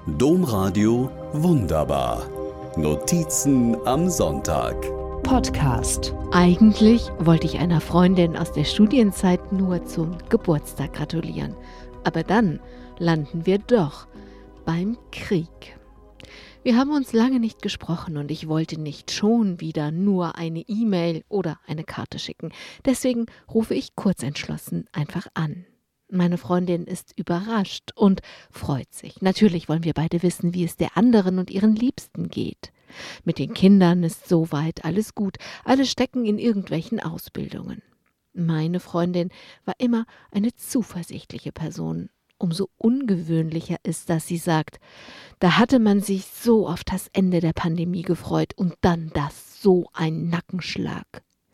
Domradio Wunderbar. Notizen am Sonntag. Podcast. Eigentlich wollte ich einer Freundin aus der Studienzeit nur zum Geburtstag gratulieren. Aber dann landen wir doch beim Krieg. Wir haben uns lange nicht gesprochen und ich wollte nicht schon wieder nur eine E-Mail oder eine Karte schicken. Deswegen rufe ich kurzentschlossen einfach an. Meine Freundin ist überrascht und freut sich. Natürlich wollen wir beide wissen, wie es der anderen und ihren Liebsten geht. Mit den Kindern ist soweit alles gut. Alle stecken in irgendwelchen Ausbildungen. Meine Freundin war immer eine zuversichtliche Person. Umso ungewöhnlicher ist, dass sie sagt, da hatte man sich so auf das Ende der Pandemie gefreut und dann das, so ein Nackenschlag.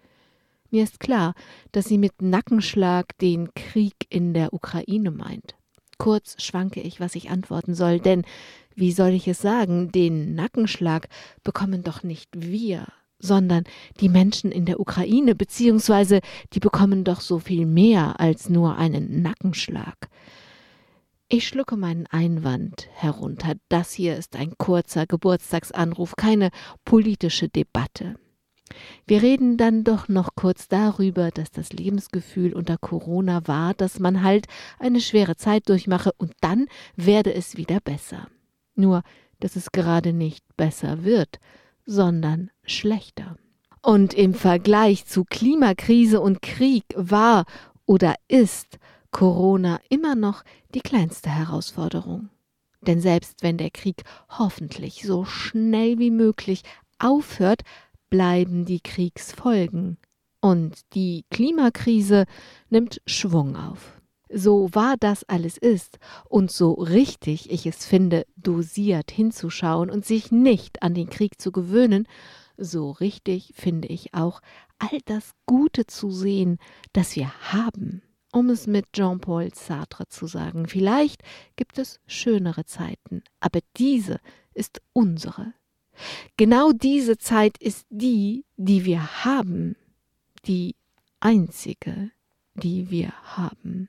Mir ist klar, dass sie mit Nackenschlag den Krieg in der Ukraine meint. Kurz schwanke ich, was ich antworten soll, denn, wie soll ich es sagen, den Nackenschlag bekommen doch nicht wir, sondern die Menschen in der Ukraine, beziehungsweise die bekommen doch so viel mehr als nur einen Nackenschlag. Ich schlucke meinen Einwand herunter. Das hier ist ein kurzer Geburtstagsanruf, keine politische Debatte. Wir reden dann doch noch kurz darüber, dass das Lebensgefühl unter Corona war, dass man halt eine schwere Zeit durchmache und dann werde es wieder besser. Nur, dass es gerade nicht besser wird, sondern schlechter. Und im Vergleich zu Klimakrise und Krieg war oder ist Corona immer noch die kleinste Herausforderung. Denn selbst wenn der Krieg hoffentlich so schnell wie möglich aufhört, bleiben die Kriegsfolgen. Und die Klimakrise nimmt Schwung auf. So wahr das alles ist und so richtig ich es finde, dosiert hinzuschauen und sich nicht an den Krieg zu gewöhnen, so richtig finde ich auch, all das Gute zu sehen, das wir haben. Um es mit Jean-Paul Sartre zu sagen, vielleicht gibt es schönere Zeiten, aber diese ist unsere. Genau diese Zeit ist die, die wir haben, die einzige, die wir haben.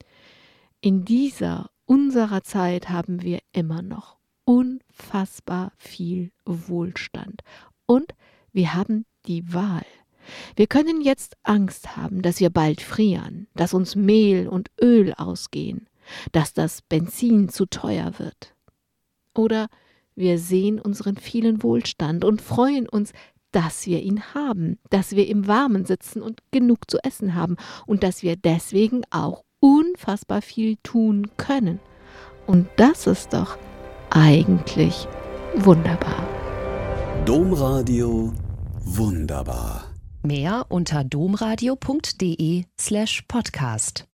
In dieser unserer Zeit haben wir immer noch unfassbar viel Wohlstand und wir haben die Wahl. Wir können jetzt Angst haben, dass wir bald frieren, dass uns Mehl und Öl ausgehen, dass das Benzin zu teuer wird. Oder wir sehen unseren vielen Wohlstand und freuen uns, dass wir ihn haben, dass wir im Warmen sitzen und genug zu essen haben und dass wir deswegen auch unfassbar viel tun können. Und das ist doch eigentlich wunderbar. Domradio Wunderbar. Mehr unter domradio.de/podcast.